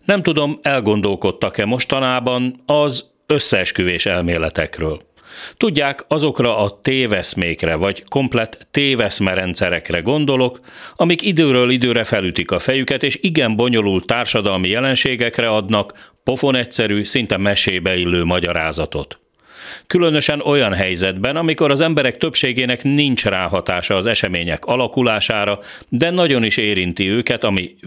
Nem tudom, elgondolkodtak-e mostanában az összeesküvés elméletekről. Tudják, azokra a téveszmékre vagy komplett téveszmerendszerekre gondolok, amik időről időre felütik a fejüket, és igen bonyolult társadalmi jelenségekre adnak pofon egyszerű, szinte mesébe illő magyarázatot. Különösen olyan helyzetben, amikor az emberek többségének nincs ráhatása az események alakulására, de nagyon is érinti őket, ami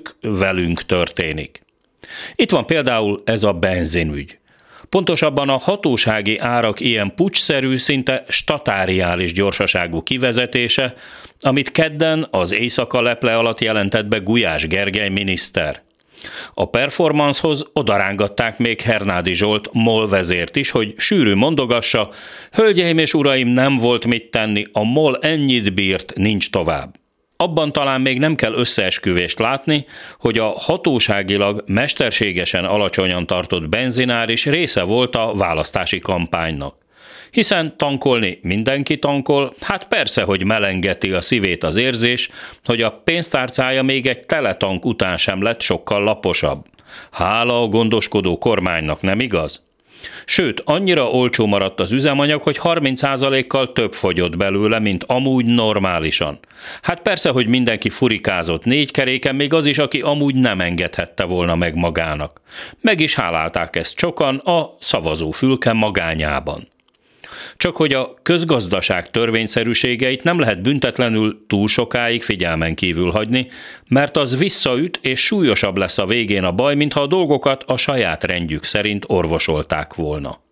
velünk történik. Itt van például ez a benzinügy. Pontosabban a hatósági árak ilyen puccsszerű, szinte statáriális gyorsaságú kivezetése, amit kedden az éjszaka leple alatt jelentett be Gulyás Gergely miniszter. A performancehoz odarángatták még Hernádi Zsolt MOL vezért is, hogy sűrű mondogassa: hölgyeim és uraim, nem volt mit tenni, a MOL ennyit bírt, nincs tovább. Abban talán még nem kell összeesküvést látni, hogy a hatóságilag mesterségesen alacsonyan tartott benzinár is része volt a választási kampánynak. Hiszen tankolni mindenki tankol, hát persze, hogy melengeti a szívét az érzés, hogy a pénztárcája még egy teletank után sem lett sokkal laposabb. Hála a gondoskodó kormánynak, nem igaz? Sőt, annyira olcsó maradt az üzemanyag, hogy 30%-kal több fogyott belőle, mint amúgy normálisan. Hát persze, hogy mindenki furikázott 4 keréken, még az is, aki amúgy nem engedhette volna meg magának. Meg is hálálták ezt sokan a szavazófülke magányában. Csak hogy a közgazdaság törvényszerűségeit nem lehet büntetlenül túl sokáig figyelmen kívül hagyni, mert az visszaüt és súlyosabb lesz a végén a baj, mintha a dolgokat a saját rendjük szerint orvosolták volna.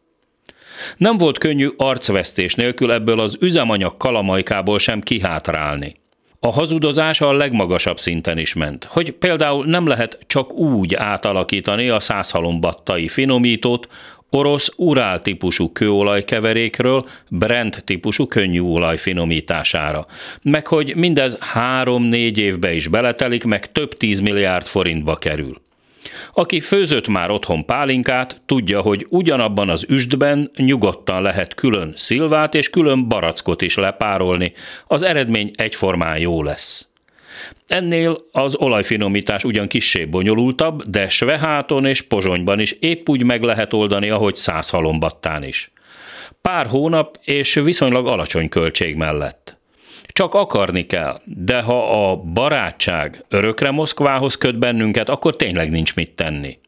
Nem volt könnyű arcvesztés nélkül ebből az üzemanyag kalamajkából sem kihátrálni. A hazudozás a legmagasabb szinten is ment, hogy például nem lehet csak úgy átalakítani a százhalombattai finomítót orosz Urál típusú kőolajkeverékről Brent típusú könnyűolaj finomítására, meg hogy mindez 3-4 évbe is beletelik, meg több 10 milliárd forintba kerül. Aki főzött már otthon pálinkát, tudja, hogy ugyanabban az üstben nyugodtan lehet külön szilvát és külön barackot is lepárolni, az eredmény egyformán jó lesz. Ennél az olajfinomítás ugyan kissé bonyolultabb, de Sveháton és Pozsonyban is épp úgy meg lehet oldani, ahogy Százhalombattán is. Pár hónap és viszonylag alacsony költség mellett. Csak akarni kell, de ha a barátság örökre Moszkvához köt bennünket, akkor tényleg nincs mit tenni.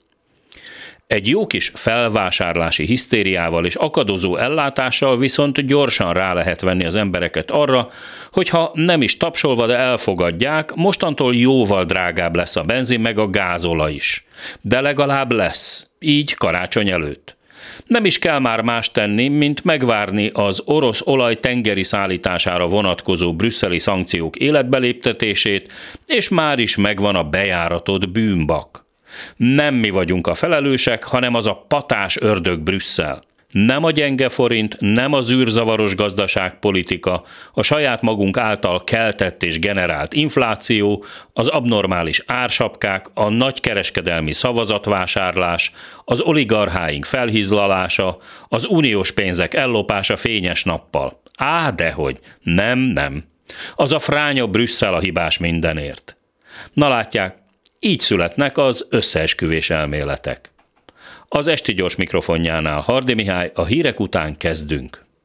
Egy jó kis felvásárlási hisztériával és akadozó ellátással viszont gyorsan rá lehet venni az embereket arra, hogyha nem is tapsolva, de elfogadják, mostantól jóval drágább lesz a benzin meg a gázolaj is. De legalább lesz, így karácsony előtt. Nem is kell már más tenni, mint megvárni az orosz olaj tengeri szállítására vonatkozó brüsszeli szankciók életbeléptetését, és már is megvan a bejáratott bűnbak. Nem mi vagyunk a felelősek, hanem az a patás ördög Brüsszel. Nem a gyenge forint, nem az űrzavaros gazdaságpolitika, a saját magunk által keltett és generált infláció, az abnormális ársapkák, a nagy kereskedelmi szavazatvásárlás, az oligarcháink felhizlalása, az uniós pénzek ellopása fényes nappal. Á, dehogy, nem. Az a fránya Brüsszel a hibás mindenért. Na látják, így születnek az összeesküvés elméletek. Az esti gyors mikrofonjánál Hardy Mihály, a hírek után kezdünk.